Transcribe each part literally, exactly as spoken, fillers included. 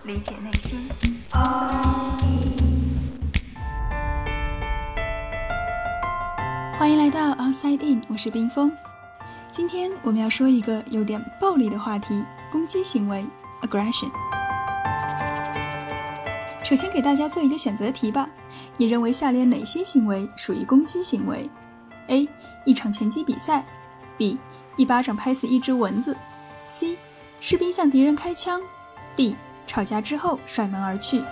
理解内心。欢迎来到 Outside In， 我是冰峰。今天我们要说一个有点暴力的话题，攻击行为 aggression。 首先给大家做一个选择题吧，你认为下列哪些行为属于攻击行为？ A. 一场拳击比赛， B. 一巴掌拍死一只蚊子， C. 士兵向敌人开枪， D. 吵架之后甩门而去。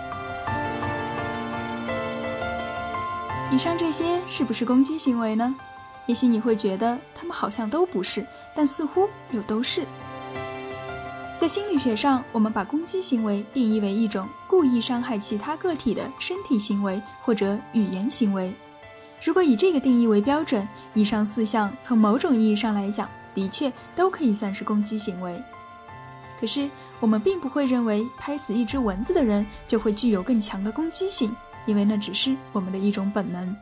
以上这些是不是攻击行为呢？也许你会觉得他们好像都不是，但似乎又都是。在心理学上，我们把攻击行为定义为一种故意伤害其他个体的身体行为或者语言行为。如果以这个定义为标准，以上四项从某种意义上来讲，的确都可以算是攻击行为。可是我们并不会认为拍死一只蚊子的人就会具有更强的攻击性，因为那只是我们的一种本能。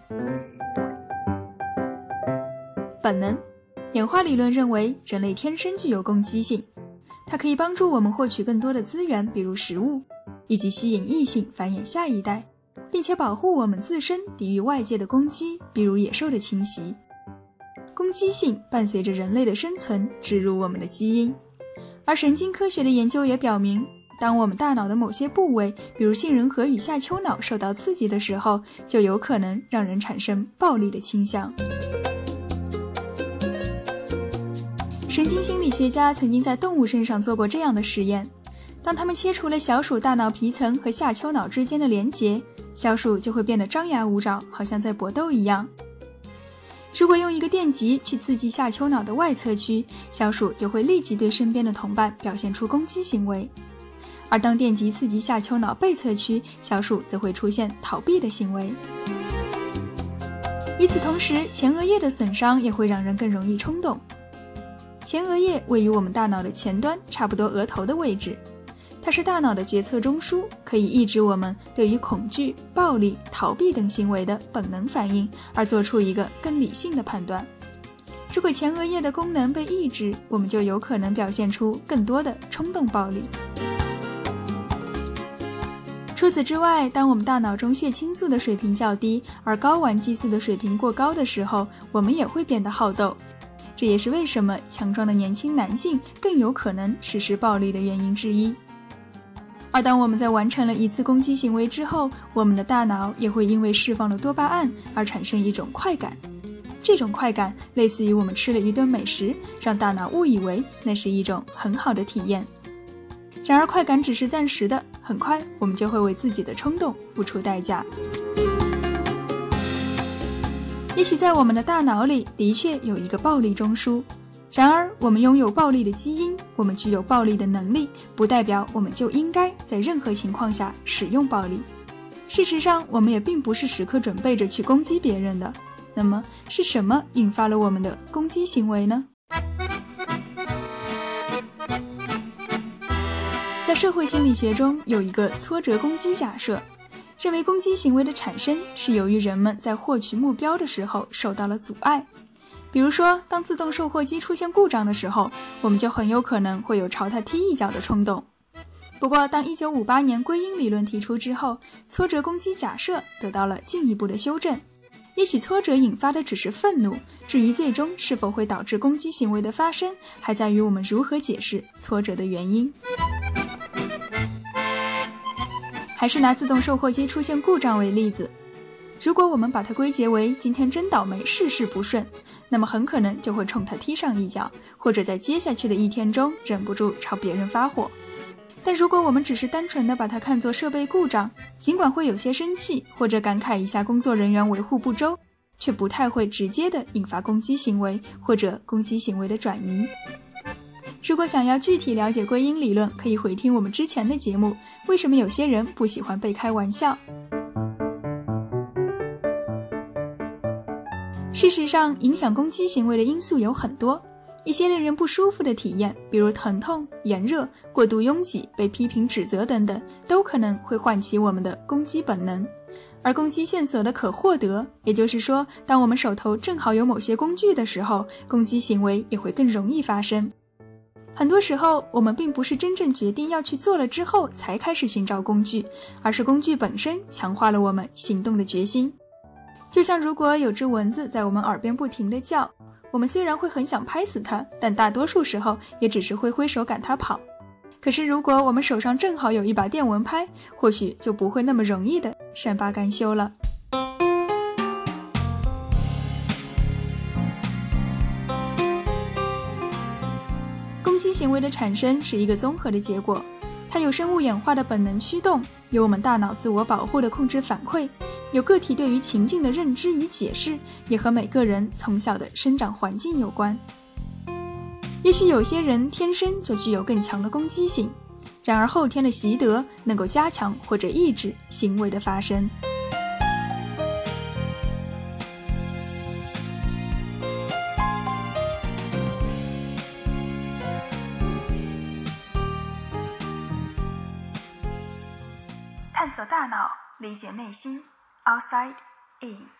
本能，演化理论认为人类天生具有攻击性，它可以帮助我们获取更多的资源，比如食物，以及吸引异性繁衍下一代，并且保护我们自身抵御外界的攻击，比如野兽的侵袭。攻击性伴随着人类的生存植入我们的基因，而神经科学的研究也表明，当我们大脑的某些部位，比如杏仁核与下丘脑受到刺激的时候，就有可能让人产生暴力的倾向。神经心理学家曾经在动物身上做过这样的实验，当他们切除了小鼠大脑皮层和下丘脑之间的连结，小鼠就会变得张牙舞爪，好像在搏斗一样。如果用一个电极去刺激下丘脑的外侧区，小鼠就会立即对身边的同伴表现出攻击行为，而当电极刺激下丘脑背侧区，小鼠则会出现逃避的行为。与此同时，前额叶的损伤也会让人更容易冲动。前额叶位于我们大脑的前端，差不多额头的位置，它是大脑的决策中枢，可以抑制我们对于恐惧、暴力、逃避等行为的本能反应，而做出一个更理性的判断。如果前额叶的功能被抑制，我们就有可能表现出更多的冲动暴力。除此之外，当我们大脑中血清素的水平较低，而睾丸激素的水平过高的时候，我们也会变得好斗。这也是为什么强壮的年轻男性更有可能实施暴力的原因之一。而当我们在完成了一次攻击行为之后，我们的大脑也会因为释放了多巴胺而产生一种快感。这种快感类似于我们吃了一顿美食，让大脑误以为那是一种很好的体验。然而快感只是暂时的，很快我们就会为自己的冲动付出代价。也许在我们的大脑里的确有一个暴力中枢，然而我们拥有暴力的基因，我们具有暴力的能力，不代表我们就应该在任何情况下使用暴力。事实上，我们也并不是时刻准备着去攻击别人的。那么是什么引发了我们的攻击行为呢？在社会心理学中有一个挫折攻击假设，认为攻击行为的产生是由于人们在获取目标的时候受到了阻碍。比如说，当自动售货机出现故障的时候，我们就很有可能会有朝它踢一脚的冲动。不过当一九五八年归因理论提出之后，挫折攻击假设得到了进一步的修正。也许挫折引发的只是愤怒，至于最终是否会导致攻击行为的发生，还在于我们如何解释挫折的原因。还是拿自动售货机出现故障为例子，如果我们把它归结为今天真倒霉，事事不顺，那么很可能就会冲它踢上一脚，或者在接下去的一天中忍不住朝别人发火。但如果我们只是单纯的把它看作设备故障，尽管会有些生气，或者感慨一下工作人员维护不周，却不太会直接的引发攻击行为，或者攻击行为的转移。如果想要具体了解归因理论，可以回听我们之前的节目，为什么有些人不喜欢被开玩笑。事实上，影响攻击行为的因素有很多，一些令人不舒服的体验，比如疼痛、炎热、过度拥挤、被批评指责等等，都可能会唤起我们的攻击本能。而攻击线索的可获得，也就是说，当我们手头正好有某些工具的时候，攻击行为也会更容易发生。 很多时候，我们并不是真正决定要去做了之后才开始寻找工具，而是工具本身强化了我们行动的决心。就像如果有只蚊子在我们耳边不停地叫，我们虽然会很想拍死它，但大多数时候也只是挥挥手赶它跑。可是如果我们手上正好有一把电蚊拍，或许就不会那么容易的善罢甘休了。攻击行为的产生是一个综合的结果，它有生物演化的本能驱动，有我们大脑自我保护的控制反馈，有个体对于情境的认知与解释，也和每个人从小的生长环境有关。也许有些人天生就具有更强的攻击性，然而后天的习得能够加强或者抑制行为的发生。探索大脑，理解内心 ，Outside In。